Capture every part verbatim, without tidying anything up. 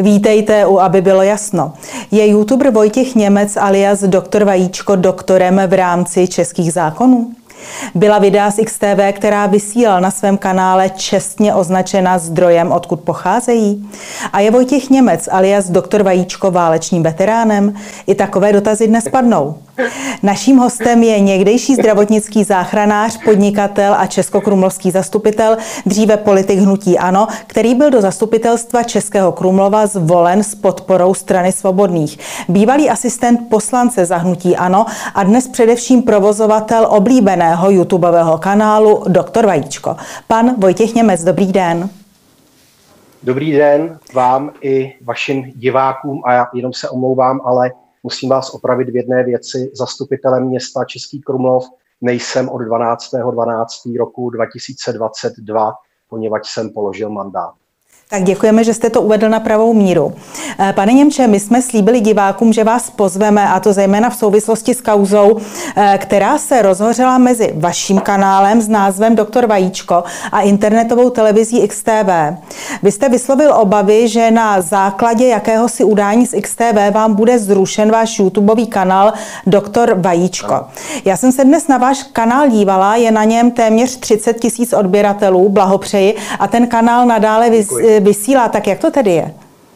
Vítejte u Aby bylo jasno. Je youtuber Vojtěch Němec alias doktor Vajíčko doktorem v rámci českých zákonů? Byla videa z X T V, která vysílal na svém kanále, čestně označena zdrojem, odkud pocházejí? A je Vojtěch Němec alias doktor Vajíčko válečným veteránem? I takové dotazy dnes padnou. Naším hostem je někdejší zdravotnický záchranář, podnikatel a českokrumlovský zastupitel, dříve politik hnutí ANO, který byl do zastupitelstva Českého Krumlova zvolen s podporou Strany svobodných. Bývalý asistent poslance za hnutí ANO a dnes především provozovatel oblíbeného YouTubeového kanálu doktor Vajíčko. Pan Vojtěch Němec, dobrý den. Dobrý den vám i vašim divákům a já jenom se omlouvám, ale musím vás opravit v jedné věci. Zastupitelem města Český Krumlov nejsem od dvanáctého dvanáctého roku dva tisíce dvacet dva, poněvadž jsem položil mandát. Tak děkujeme, že jste to uvedl na pravou míru. Pane Němče, my jsme slíbili divákům, že vás pozveme, a to zejména v souvislosti s kauzou, která se rozhořela mezi vaším kanálem s názvem doktor Vajíčko a internetovou televizí X T V. Vy jste vyslovil obavy, že na základě jakéhosi udání z X T V vám bude zrušen váš YouTubeový kanál doktor Vajíčko. Já jsem se dnes na váš kanál dívala, je na něm téměř třicet tisíc odběratelů, blahopřeji, a ten kanál nadále vys- vysílá, tak jak to tedy je?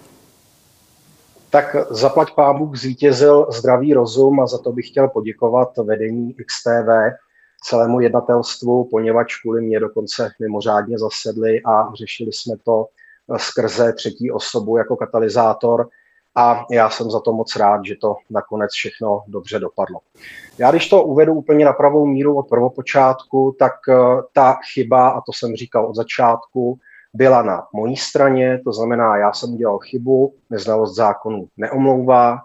Tak zaplať pán Bůh, zvítězil zdravý rozum a za to bych chtěl poděkovat vedení X T V, celému jednatelstvu, poněvadž kvůli mě dokonce mimořádně zasedli a řešili jsme to skrze třetí osobu jako katalyzátor a já jsem za to moc rád, že to nakonec všechno dobře dopadlo. Já když to uvedu úplně na pravou míru od prvopočátku, tak ta chyba, a to jsem říkal od začátku, byla na mojí straně, to znamená, já jsem udělal chybu, neznalost zákonů neomlouvá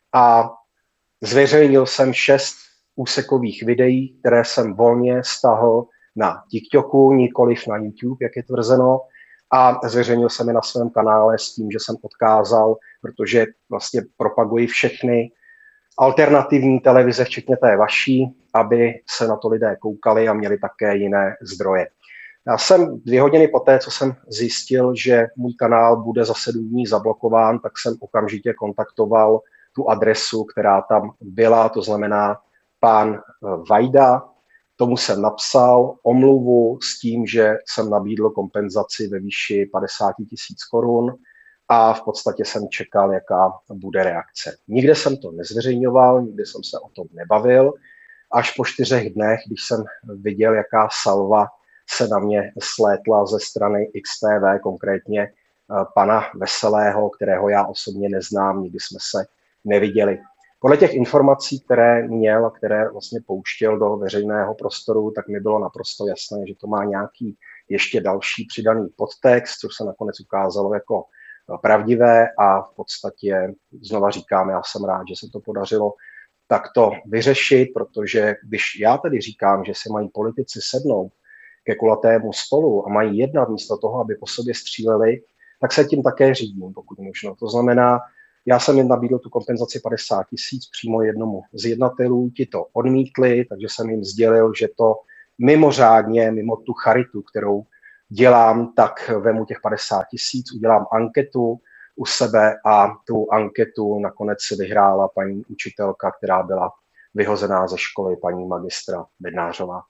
a zveřejnil jsem šest úsekových videí, které jsem volně stahl na TikToku, nikoliv na YouTube, jak je tvrzeno, a zveřejnil jsem je na svém kanále s tím, že jsem odkázal, protože vlastně propaguji všechny alternativní televize, včetně té vaší, aby se na to lidé koukali a měli také jiné zdroje. Já jsem dvě hodiny poté, co jsem zjistil, že můj kanál bude za sedm dní zablokován, tak jsem okamžitě kontaktoval tu adresu, která tam byla, to znamená pán Vajda. Tomu jsem napsal omluvu s tím, že jsem nabídl kompenzaci ve výši padesát tisíc korun a v podstatě jsem čekal, jaká bude reakce. Nikde jsem to nezveřejňoval, nikde jsem se o tom nebavil. Až po čtyřech dnech, když jsem viděl, jaká salva se na mě slétla ze strany X T V, konkrétně pana Veselého, kterého já osobně neznám, nikdy jsme se neviděli. Podle těch informací, které měl a které vlastně pouštěl do veřejného prostoru, tak mi bylo naprosto jasné, že to má nějaký ještě další přidaný podtext, což se nakonec ukázalo jako pravdivé a v podstatě, znova říkám, já jsem rád, že se to podařilo takto vyřešit, protože když já tedy říkám, že si mají politici sednout ke kulatému stolu a mají jednat místo toho, aby po sobě stříleli, tak se tím také řídím, pokud možno. To znamená, já jsem jim nabídl tu kompenzaci padesát tisíc přímo jednomu z jednatelů, ti to odmítli, takže jsem jim sdělil, že to mimořádně, mimo tu charitu, kterou dělám, tak vemu těch padesát tisíc, udělám anketu u sebe a tu anketu nakonec vyhrála paní učitelka, která byla vyhozená ze školy, paní magistra Bednářová.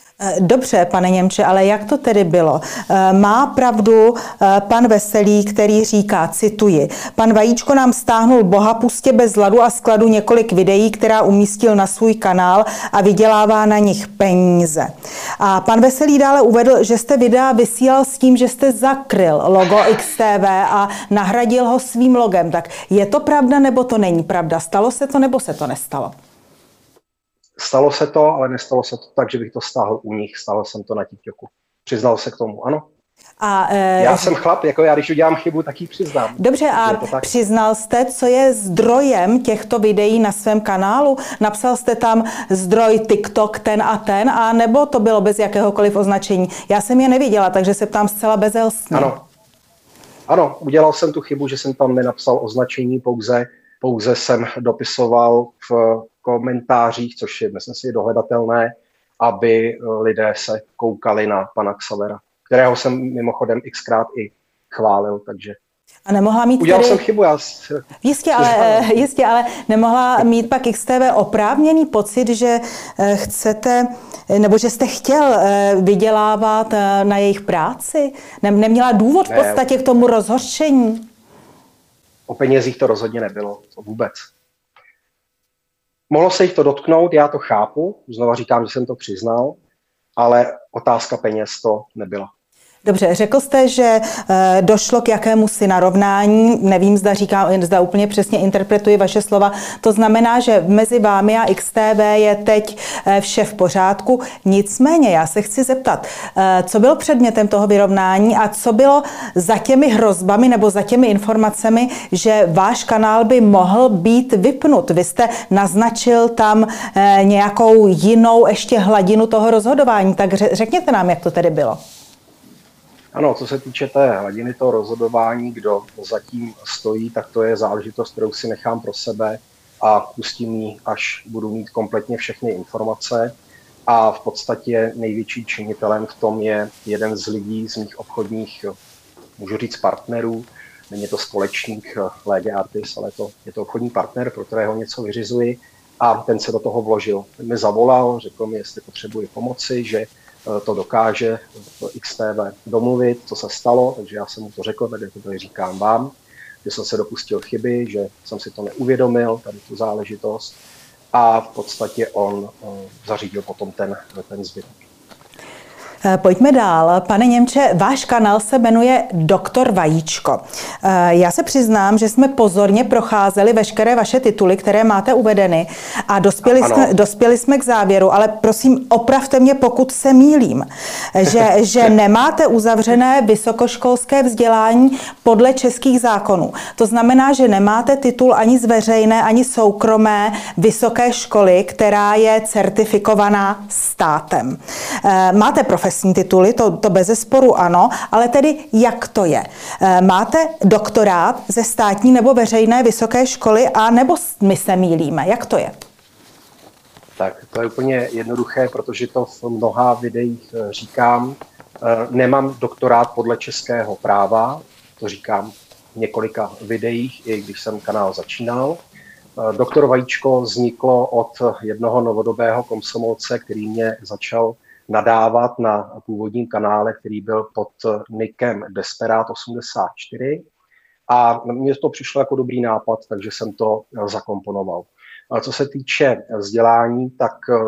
Dobře, pane Němče, ale jak to tedy bylo? Má pravdu pan Veselý, který říká, cituji, pan Vajíčko nám stáhnul bohapustě bez ladu a skladu několik videí, která umístil na svůj kanál a vydělává na nich peníze. A pan Veselý dále uvedl, že jste videa vysílal s tím, že jste zakryl logo X T V a nahradil ho svým logem. Tak je to pravda nebo to není pravda? Stalo se to nebo se to nestalo? Stalo se to, ale nestalo se to tak, že bych to stáhl u nich. Stáhl jsem to na TikToku. Přiznal se k tomu, ano. A, e, já jsem chlap, jako já, když udělám chybu, tak ji přiznám. Dobře, a přiznal jste, co je zdrojem těchto videí na svém kanálu? Napsal jste tam zdroj TikTok ten a ten, a nebo to bylo bez jakéhokoliv označení? Já jsem je neviděla, takže se ptám zcela bezelstně. Ano. Ano, udělal jsem tu chybu, že jsem tam nenapsal označení, pouze, pouze jsem dopisoval v komentářích, což je dnes si dohledatelné, aby lidé se koukali na pana Xavera, kterého jsem mimochodem xkrát i chválil, takže A nemohla mít Udělal tedy... jsem chybu, já... Jistě ale, jistě, ale nemohla mít pak X T V oprávněný pocit, že chcete, nebo že jste chtěl vydělávat na jejich práci? Neměla důvod v podstatě k tomu rozhořčení? O penězích to rozhodně nebylo, to vůbec. Mohlo se jich to dotknout, já to chápu, znova říkám, že jsem to přiznal, ale otázka peněz to nebyla. Dobře, řekl jste, že došlo k jakémusi narovnání, nevím, zda říkám, zda úplně přesně interpretuji vaše slova, to znamená, že mezi vámi a X T V je teď vše v pořádku, nicméně já se chci zeptat, co bylo předmětem toho vyrovnání a co bylo za těmi hrozbami nebo za těmi informacemi, že váš kanál by mohl být vypnut. Vy jste naznačil tam nějakou jinou ještě hladinu toho rozhodování, tak řekněte nám, jak to tedy bylo. Ano, co se týče té hladiny toho rozhodování, kdo zatím stojí, tak to je záležitost, kterou si nechám pro sebe a pustím ji, až budu mít kompletně všechny informace. A v podstatě největší činitelem v tom je jeden z lidí z mých obchodních, můžu říct, partnerů. Není to společník Lege Artis, ale to, je to obchodní partner, pro kterého něco vyřizuji. A ten se do toho vložil. Ten mi zavolal, řekl mi, jestli potřebuje pomoci, že to dokáže v X T V domluvit, co se stalo, takže já jsem mu to řekl, tak jako to říkám vám, že jsem se dopustil chyby, že jsem si to neuvědomil, tady tu záležitost, a v podstatě on zařídil potom ten, ten zbytek. Pojďme dál. Pane Němče, váš kanál se jmenuje Doktor Vajíčko. Já se přiznám, že jsme pozorně procházeli veškeré vaše tituly, které máte uvedeny a dospěli, jsme, dospěli jsme k závěru, ale prosím, opravte mě, pokud se mýlím, že, že nemáte uzavřené vysokoškolské vzdělání podle českých zákonů. To znamená, že nemáte titul ani z veřejné, ani soukromé vysoké školy, která je certifikovaná státem. Máte profesní tituly, to, to bezesporu ano, ale tedy jak to je? Máte doktorát ze státní nebo veřejné vysoké školy a nebo my se mýlíme? Jak to je? Tak to je úplně jednoduché, protože to v mnoha videích říkám. Nemám doktorát podle českého práva, to říkám v několika videích, i když jsem kanál začínal. Doktor Vajíčko vzniklo od jednoho novodobého komsomolce, který mě začal nadávat na původním kanále, který byl pod nickem Desperát osmdesát čtyři, a mně to přišlo jako dobrý nápad, takže jsem to zakomponoval. A co se týče vzdělání, tak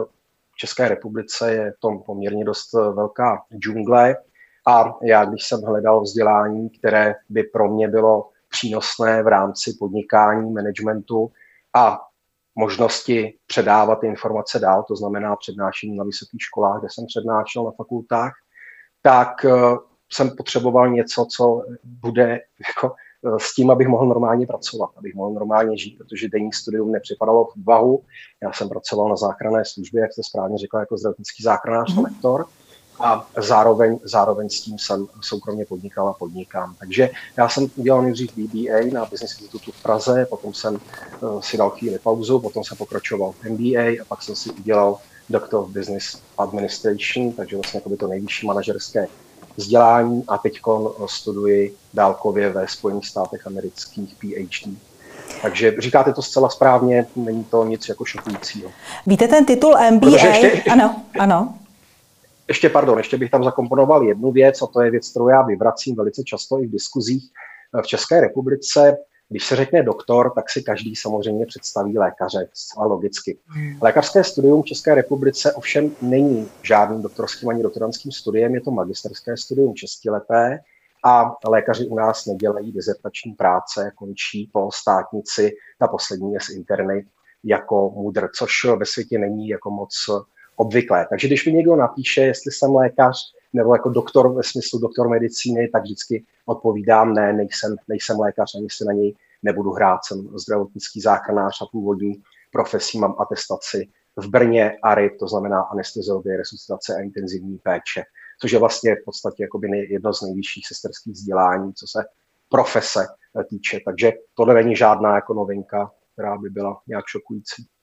v České republice je to poměrně dost velká džungle a já, když jsem hledal vzdělání, které by pro mě bylo přínosné v rámci podnikání, managementu a možnosti předávat informace dál, to znamená přednášení na vysokých školách, kde jsem přednášel na fakultách, tak uh, jsem potřeboval něco, co bude jako, uh, s tím, abych mohl normálně pracovat, abych mohl normálně žít, protože denní studium nepřipadalo v úvahu. Já jsem pracoval na záchranné službě, jak jste správně řekla, jako zdravotnický záchranář, mm. lektor, a zároveň, zároveň s tím jsem soukromně podnikal a podnikám. Takže já jsem udělal nejdřív B B A na Business Institutu v Praze, potom jsem uh, si dal chvíli pauzu, potom jsem pokračoval v M B A a pak jsem si udělal Doctor of Business Administration, takže vlastně jako by to nejvyšší manažerské vzdělání, a teď studuji dálkově ve Spojených státech amerických P H D. Takže říkáte to zcela správně, není to nic jako šokujícího. Víte ten titul M B A? Ještě... Ano, ano. Ještě, pardon, ještě bych tam zakomponoval jednu věc, a to je věc, kterou já vyvracím velice často i v diskuzích v České republice. Když se řekne doktor, tak si každý samozřejmě představí lékaře, a logicky. Lékařské studium v České republice ovšem není žádným doktorským ani doktorandským studiem, je to magisterské studium šestileté a lékaři u nás nedělají dizertační práce, končí po státnici, ta poslední je z interny jako mudr, což ve světě není jako moc obvyklé. Takže když mi někdo napíše, jestli jsem lékař nebo jako doktor ve smyslu doktor medicíny, tak vždycky odpovídám, ne, nejsem, nejsem lékař, ani si na něj nebudu hrát, jsem zdravotnický záchranář a původní profesí mám atestaci v Brně A R I, to znamená anesteziologie, resuscitace a intenzivní péče, což je vlastně v podstatě jakoby jedno z nejvyšších sesterských vzdělání, co se profese týče. Takže tohle není žádná jako novinka, která by byla nějak šokující.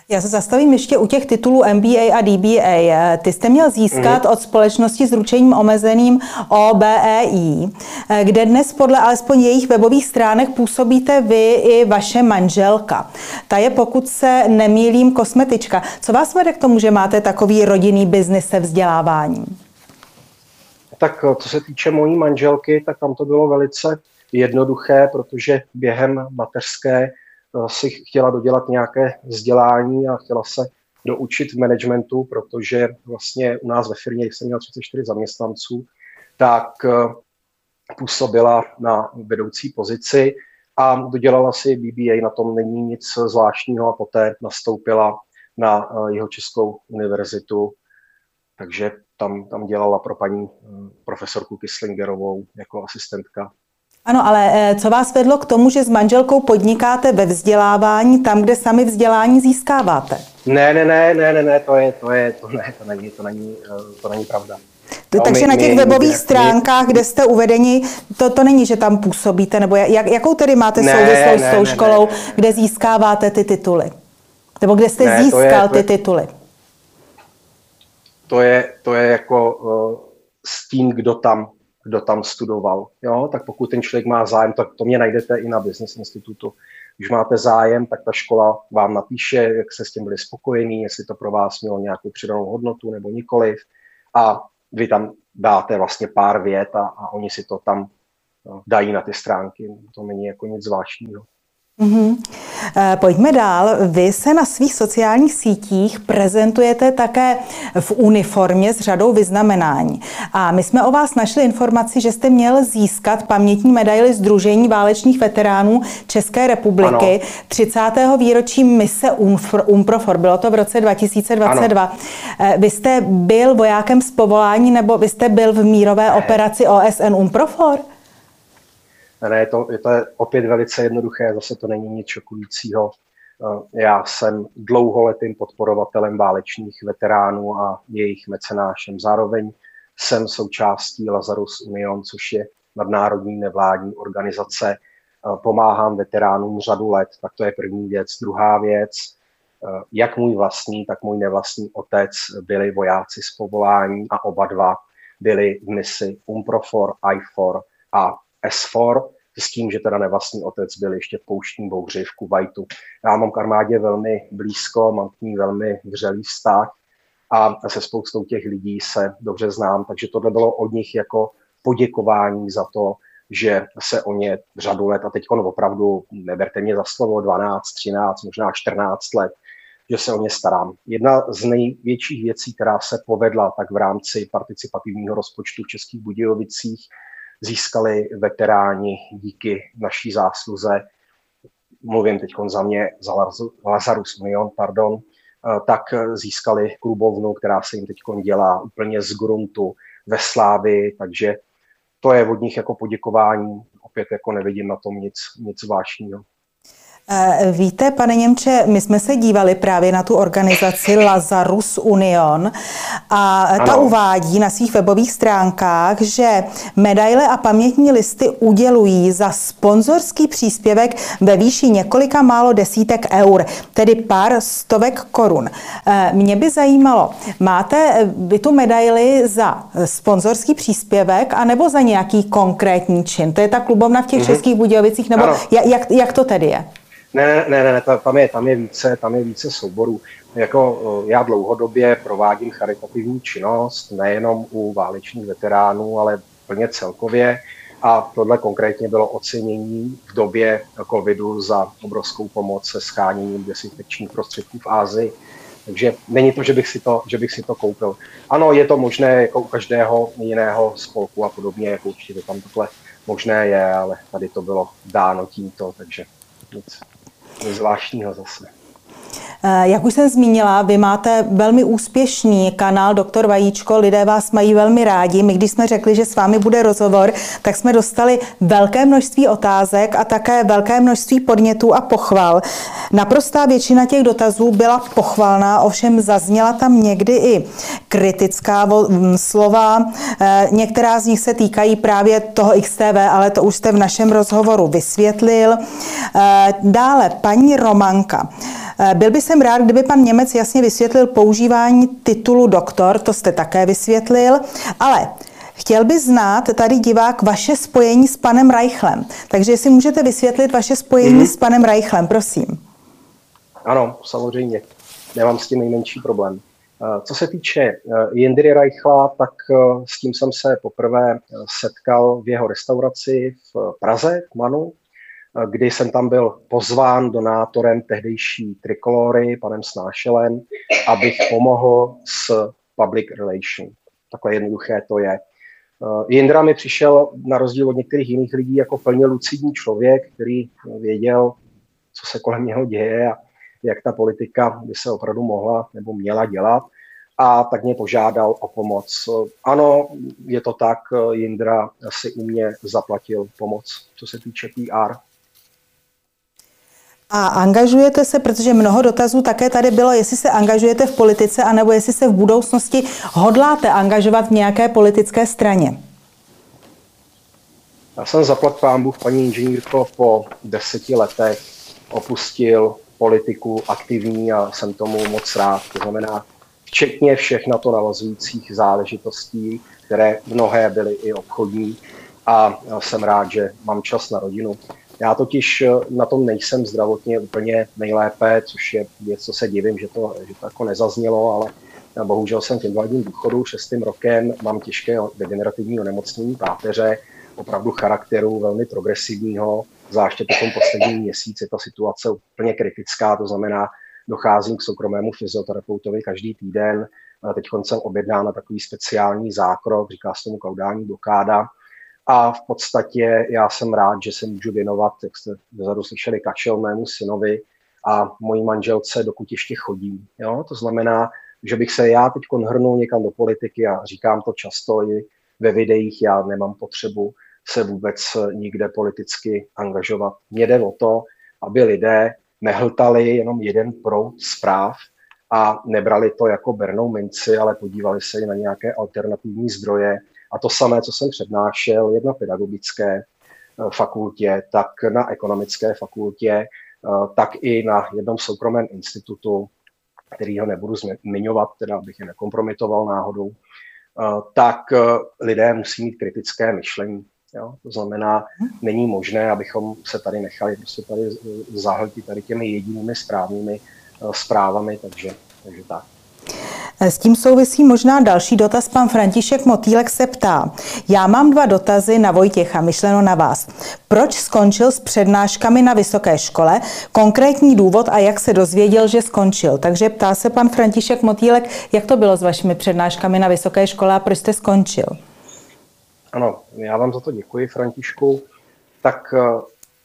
Já se zastavím ještě u těch titulů M B A a D B A. Ty jste měl získat mm. od společnosti s ručením omezeným O B E I, kde dnes podle alespoň jejich webových stránek působíte vy i vaše manželka. Ta je, pokud se nemýlím, kosmetička. Co vás vede k tomu, že máte takový rodinný biznis se vzděláváním? Tak co se týče mojí manželky, tak tam to bylo velice jednoduché, protože během mateřské si chtěla dodělat nějaké vzdělání a chtěla se doučit v managementu, protože vlastně u nás ve firmě, když jsem měl třicet čtyři zaměstnanců, tak působila na vedoucí pozici a dodělala si B B A, na tom není nic zvláštního a poté nastoupila na Jihočeskou univerzitu, takže tam, tam dělala pro paní profesorku Kyslingerovou jako asistentka. Ano, ale co vás vedlo k tomu, že s manželkou podnikáte ve vzdělávání tam, kde sami vzdělání získáváte? Ne, ne, ne, ne, ne, ne, to je, to je, to ne, to není, to není, to není pravda. To, takže my, na těch my, webových my, stránkách, my, kde jste uvedeni, to, to není, že tam působíte, nebo jak, jakou tedy máte ne, souvislost ne, s tou ne, školou, ne, ne, ne. kde získáváte ty tituly? Nebo kde jste ne, získal to je, ty tituly? To je, to je jako uh, s tím, kdo tam kdo tam studoval. Jo? Tak pokud ten člověk má zájem, tak to mě najdete i na Business institutu. Když máte zájem, tak ta škola vám napíše, jak se s tím byli spokojení, jestli to pro vás mělo nějakou přidanou hodnotu nebo nikoliv. A vy tam dáte vlastně pár vět a, a oni si to tam no, dají na ty stránky. To není jako nic zvláštního. Mm-hmm. Pojďme dál. Vy se na svých sociálních sítích prezentujete také v uniformě s řadou vyznamenání. A my jsme o vás našli informaci, že jste měl získat pamětní medaili Sdružení válečných veteránů České republiky ano. třicátého výročí mise UNPROFOR. Bylo to v roce dva tisíce dvacet dva. Ano. Vy jste byl vojákem z povolání nebo vy jste byl v mírové operaci O S N UNPROFOR? Ne, to, je to opět velice jednoduché, zase to není nic šokujícího. Já jsem dlouholetým podporovatelem válečných veteránů a jejich mecenášem. Zároveň jsem součástí Lazarus Union, což je nadnárodní nevládní organizace. Pomáhám veteránům řadu let, tak to je první věc. Druhá věc, jak můj vlastní, tak můj nevlastní otec byli vojáci z povolání a oba dva byli v misi UNPROFOR, I F O R a S F O R, s tím, že teda nevlastní otec byl ještě v pouštní bouři v Kuvajtu. Já mám k armádě velmi blízko, mám k ní velmi vřelý vztah a se spoustou těch lidí se dobře znám, takže tohle bylo od nich jako poděkování za to, že se o ně řadu let, a teď opravdu neberte mě za slovo, dvanáct, třináct, možná čtrnáct let, že se o ně starám. Jedna z největších věcí, která se povedla tak v rámci participativního rozpočtu v Českých Budějovicích, získali veteráni díky naší zásluze, mluvím teď za mě, za Lazarus Union, pardon, tak získali klubovnu, která se jim teď dělá úplně z gruntu ve Slávii, takže to je od nich jako poděkování, opět jako nevidím na tom nic, nic zvláštního. Víte, pane Němče, my jsme se dívali právě na tu organizaci Lazarus Union a ta ano. uvádí na svých webových stránkách, že medaile a pamětní listy udělují za sponzorský příspěvek ve výši několika málo desítek eur, tedy pár stovek korun. Mě by zajímalo, máte vy tu medaili za sponzorský příspěvek anebo za nějaký konkrétní čin? To je ta klubovna v těch mm-hmm. Českých Budějovicích, nebo jak, jak to tedy je? Ne, ne, ne, ne, tam je, tam je více, tam je více souborů. Jako já dlouhodobě provádím charitativní činnost, nejenom u válečných veteránů, ale plně celkově. A tohle konkrétně bylo ocenění v době covidu za obrovskou pomoc se sháněním dezinfekčních prostředků v Asii. Takže není to, že bych si to, že bych si to koupil. Ano, je to možné jako u každého jiného spolku a podobně, jako určitě tam takhle možné je, ale tady to bylo dáno tímto, takže nic zvláštního zase. Jak už jsem zmínila, vy máte velmi úspěšný kanál Doktor Vajíčko, lidé vás mají velmi rádi. My, když jsme řekli, že s vámi bude rozhovor, tak jsme dostali velké množství otázek a také velké množství podnětů a pochval. Naprostá většina těch dotazů byla pochvalná, ovšem zazněla tam někdy i kritická slova. Některá z nich se týkají právě toho X T V, ale to už jste v našem rozhovoru vysvětlil. Dále paní Romanka. Byl bych jsem rád, kdyby pan Němec jasně vysvětlil používání titulu doktor, to jste také vysvětlil, ale chtěl by znát tady divák vaše spojení s panem Reichlem. Takže jestli můžete vysvětlit vaše spojení mm-hmm. s panem Reichlem, prosím. Ano, samozřejmě. Nemám s tím nejmenší problém. Co se týče Jindry Reichla, tak s tím jsem se poprvé setkal v jeho restauraci v Praze, v Manu, kdy jsem tam byl pozván donátorem tehdejší Trikolory, panem Snášelem, abych pomohl s public relation. Takhle jednoduché to je. Jindra mi přišel na rozdíl od některých jiných lidí jako plně lucidní člověk, který věděl, co se kolem něho děje a jak ta politika by se opravdu mohla nebo měla dělat. A tak mě požádal o pomoc. Ano, je to tak, Jindra si u mě zaplatil pomoc, co se týče P R. A angažujete se, protože mnoho dotazů také tady bylo, jestli se angažujete v politice, anebo jestli se v budoucnosti hodláte angažovat v nějaké politické straně? Já jsem zaplať pánbůh, paní inženýrko, po deseti letech opustil politiku aktivní a jsem tomu moc rád. To znamená, včetně všech na to navazujících záležitostí, které mnohé byly i obchodní, a jsem rád, že mám čas na rodinu. Já totiž na tom nejsem zdravotně úplně nejlépe, což je věc, co se divím, že to, že to jako nezaznělo, ale bohužel jsem v invalidním důchodu šestým rokem, mám těžké degenerativní onemocnění páteře, opravdu charakteru velmi progresivního, zvláště po tom posledním měsíci je ta situace úplně kritická, to znamená, docházím k soukromému fyzioterapeutovi každý týden, teď jsem objednán na takový speciální zákrok, říká se tomu kaudální blokáda. A v podstatě já jsem rád, že se můžu věnovat, jak jste vzadu slyšeli, kačel mému synovi a mojí manželce, dokud ještě chodí. Jo? To znamená, že bych se já teď hrnul někam do politiky a říkám to často i ve videích, já nemám potřebu se vůbec nikde politicky angažovat. Mně jde o to, aby lidé nehltali jenom jeden proud zpráv a nebrali to jako bernou minci, ale podívali se i na nějaké alternativní zdroje. A to samé, co jsem přednášel, jak na pedagogické fakultě, tak na ekonomické fakultě, tak i na jednom soukromém institutu, který ho nebudu zmiňovat, teda abych je nekompromitoval náhodou, tak lidé musí mít kritické myšlení. Jo? To znamená, není možné, abychom se tady nechali prostě tady zahltit tady těmi jedinými správnými zprávami, takže, takže tak. S tím souvisí možná další dotaz. Pan František Motýlek se ptá. Já mám dva dotazy na Vojtěcha, myšleno na vás. Proč skončil s přednáškami na vysoké škole? Konkrétní důvod a jak se dozvěděl, že skončil. Takže ptá se pan František Motýlek, jak to bylo s vašimi přednáškami na vysoké škole a proč jste skončil? Ano, já vám za to děkuji, Františku. Tak uh,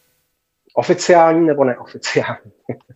oficiální nebo neoficiální?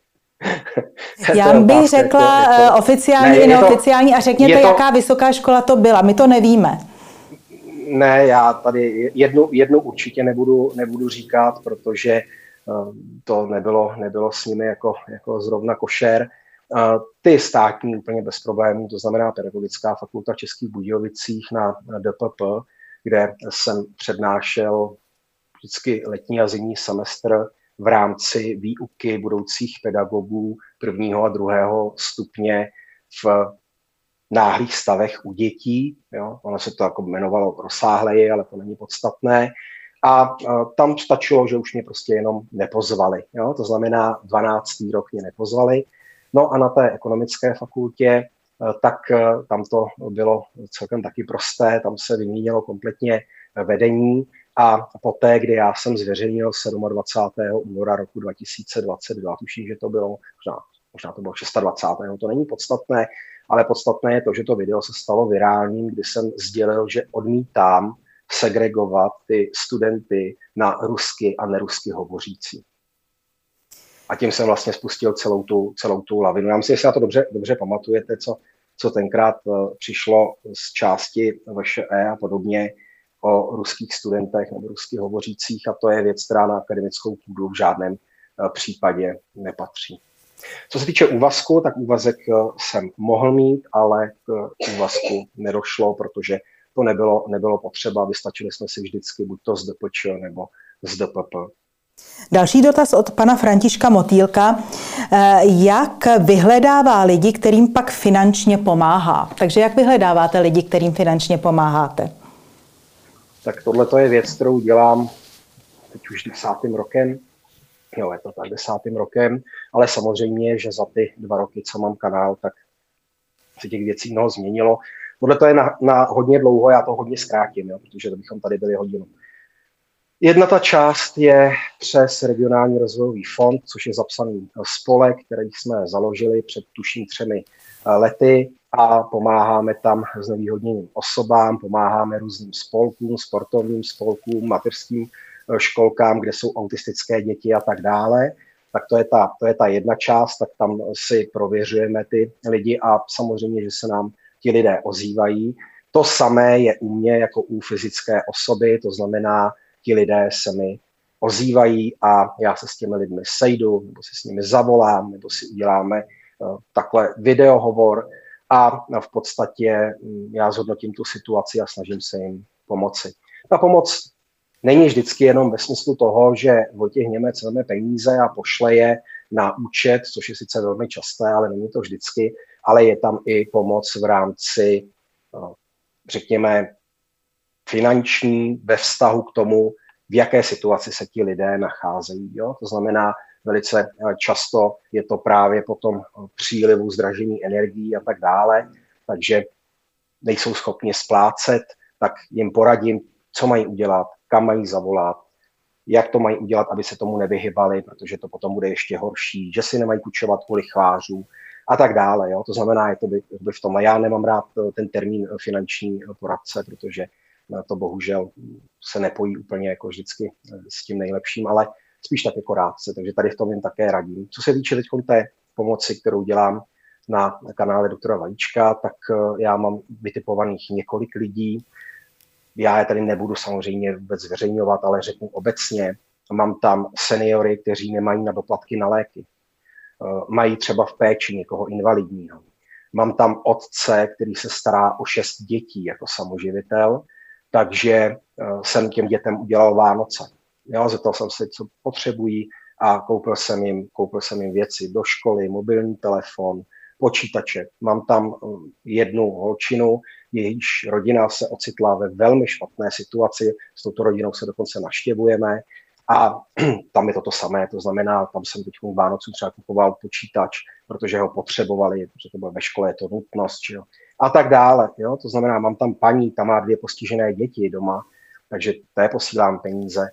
Já bych otázka, řekla je to, je to, oficiální ne, i neoficiální to, a řekněte, to, jaká vysoká škola to byla. My to nevíme. Ne, já tady jednu, jednu určitě nebudu, nebudu říkat, protože uh, to nebylo, nebylo s nimi jako, jako zrovna košer. Uh, ty státní úplně bez problémů, to znamená Pedagogická fakulta v Českých Budějovicích na, na D P P, kde jsem přednášel vždycky letní a zimní semestr v rámci výuky budoucích pedagogů prvního a druhého stupně v náhlých stavech u dětí. Jo? Ono se to jako jmenovalo rozsáhleji, ale to není podstatné. A, a tam stačilo, že už mě prostě jenom nepozvali. Jo? To znamená, dvanáctý rok mě nepozvali. No a na té ekonomické fakultě, tak tam to bylo celkem taky prosté, tam se vyměnilo kompletně vedení. A poté, kdy já jsem zveřejnil dvacátého sedmého února roku dva tisíce dvacet dva, tuším, že to bylo, možná, možná to bylo dvacátého šestého, to není podstatné, ale podstatné je to, že to video se stalo virálním, kdy jsem sdělil, že odmítám segregovat ty studenty na rusky a nerusky hovořící. A tím jsem vlastně spustil celou tu, celou tu lavinu. Já myslím, že si na to dobře, dobře pamatujete, co, co tenkrát uh, přišlo z části V Š E a podobně, o ruských studentech nebo rusky hovořících, a to je věc, která na akademickou půdu v žádném případě nepatří. Co se týče úvazku, tak úvazek jsem mohl mít, ale k úvazku nedošlo, protože to nebylo, nebylo potřeba, vystačili jsme si vždycky buď to z D P Č nebo z D P P. Další dotaz od pana Františka Motýlka. Jak vyhledává lidi, kterým pak finančně pomáhá? Takže jak vyhledáváte lidi, kterým finančně pomáháte? Tak tohle to je věc, kterou dělám teď už desátým rokem. Jo, je to tak desátým rokem, ale samozřejmě, že za ty dva roky, co mám kanál, tak se těch věcí mnoho změnilo. Tohle to je na, na hodně dlouho, já to hodně zkrátím, jo, protože to bychom tady byli hodinu. Jedna ta část je přes Regionální rozvojový fond, což je zapsaný spolek, který jsme založili před tuším třemi lety a pomáháme tam znevýhodněným osobám, pomáháme různým spolkům, sportovním spolkům, mateřským školkám, kde jsou autistické děti a tak dále. Tak to je ta, to je ta jedna část, tak tam si prověřujeme ty lidi a samozřejmě, že se nám ti lidé ozývají. To samé je u mě jako u fyzické osoby, to znamená, ti lidé se mi ozývají a já se s těmi lidmi sejdu, nebo si s nimi zavolám, nebo si uděláme uh, takhle videohovor a v podstatě um, já zhodnotím tu situaci a snažím se jim pomoci. Ta pomoc není vždycky jenom ve smyslu toho, že Vojtěch Němec vezme peníze a pošle je na účet, což je sice velmi časté, ale není to vždycky, ale je tam i pomoc v rámci, uh, řekněme, finanční ve vztahu k tomu, v jaké situaci se ti lidé nacházejí. Jo? To znamená, velice často je to právě po tom přílivu zdražení energií a tak dále, takže nejsou schopni splácet, tak jim poradím, co mají udělat, kam mají zavolat, jak to mají udělat, aby se tomu nevyhybali, protože to potom bude ještě horší, že si nemají půjčovat u lichvářů a tak dále. Jo? To znamená, je to by, by v tom. A já nemám rád ten termín finanční poradce, protože to bohužel se nepojí úplně jako vždycky s tím nejlepším, ale spíš tak jako rádce, takže tady v tom jim také radím. Co se týče teď té pomoci, kterou dělám na kanále doktora Vajíčka, tak já mám vytipovaných několik lidí. Já je tady nebudu samozřejmě vůbec zveřejňovat, ale řeknu obecně. Mám tam seniory, kteří nemají na doplatky na léky. Mají třeba v péči někoho invalidního. Mám tam otce, který se stará o šest dětí jako samoživitel, takže jsem těm dětem udělal Vánoce. Jo, zeptal jsem se, co potřebují a koupil jsem jim, koupil jsem jim věci do školy, mobilní telefon, počítače. Mám tam jednu holčinu, jejíž rodina se ocitla ve velmi špatné situaci, s touto rodinou se dokonce navštěvujeme a tam je to to samé, to znamená, tam jsem teď v Vánocu třeba kupoval počítač, protože ho potřebovali, protože to bylo ve škole, je to nutnost, jo. A tak dále. Jo? To znamená, mám tam paní, ta má dvě postižené děti doma, takže té posílám peníze.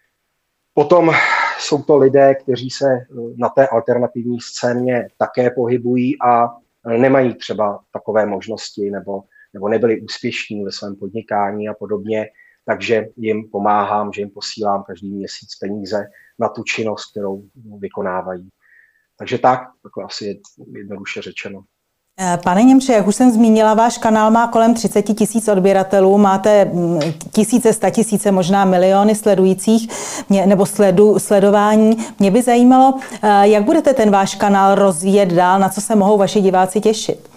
Potom jsou to lidé, kteří se na té alternativní scéně také pohybují a nemají třeba takové možnosti nebo, nebo nebyli úspěšní ve svém podnikání a podobně, takže jim pomáhám, že jim posílám každý měsíc peníze na tu činnost, kterou vykonávají. Takže tak, takhle asi je jednoduše řečeno. Pane Němče, jak už jsem zmínila, váš kanál má kolem třicet tisíc odběratelů, máte tisíce, statisíce, možná miliony sledujících nebo sledu, sledování. Mě by zajímalo, jak budete ten váš kanál rozvíjet dál, na co se mohou vaši diváci těšit?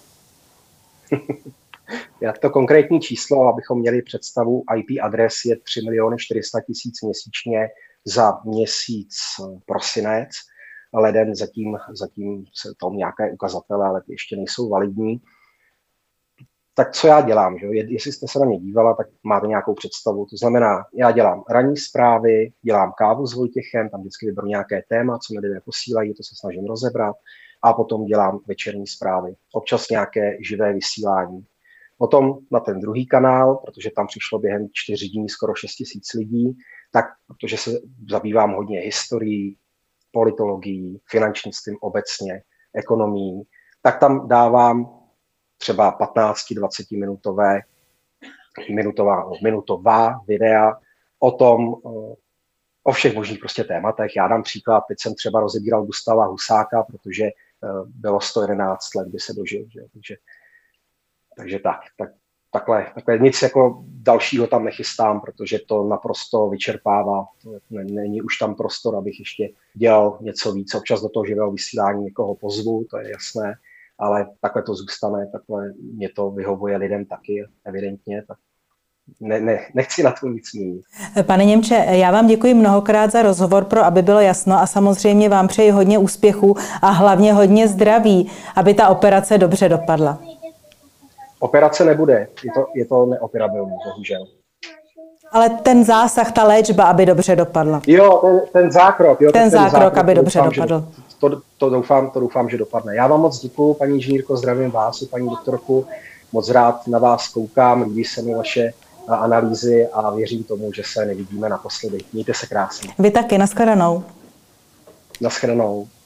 Jak to konkrétní číslo, abychom měli představu, í pé adres je tři miliony čtyři sta tisíc měsíčně za měsíc prosinec. Leden zatím, zatím se tam nějaké ukazatele, ale ty ještě nejsou validní. Tak co já dělám? Že? Jestli jste se na mě dívala, tak máte nějakou představu. To znamená, já dělám ranní zprávy, dělám kávu s Vojtěchem, tam vždycky vyberu nějaké téma, co mi lidé posílají, to se snažím rozebrat. A potom dělám večerní zprávy. Občas nějaké živé vysílání. Potom na ten druhý kanál, protože tam přišlo během čtyř dní skoro šest tisíc lidí, tak protože se zabývám hodně historií, politologií, finančnictvím obecně, ekonomií, tak tam dávám třeba patnáct dvacet minutové, minutová, minutová videa o tom, o všech možných prostě tématech. Já dám příklad, teď jsem třeba rozebíral Gustáva Husáka, protože bylo sto jedenáct let, kdy se dožil, že? Takže, takže tak, tak Takhle, takhle nic jako dalšího tam nechystám, protože to naprosto vyčerpává. Není už tam prostor, abych ještě dělal něco víc. Občas do toho živého vysílání někoho pozvu, to je jasné, ale takhle to zůstane, takhle mě to vyhovuje lidem taky, evidentně. Tak, ne, ne, nechci na to nic mít. Pane Němče, já vám děkuji mnohokrát za rozhovor pro Aby bylo jasno a samozřejmě vám přeji hodně úspěchů a hlavně hodně zdraví, aby ta operace dobře dopadla. Operace nebude, je to, je to neoperabilní, bohužel. Ale ten zásah, ta léčba, aby dobře dopadla. Jo, ten, ten zákrok. Jo, ten, ten zákrok, zákrok, aby dobře doufám, dopadl. Že, to, to, doufám, to doufám, že dopadne. Já vám moc děkuju, paní inženýrko, zdravím vás, paní doktorku. Moc rád na vás koukám, líbí se mi vaše analýzy a věřím tomu, že se nevidíme naposledy. Mějte se krásně. Vy taky, nashledanou. Nashledanou.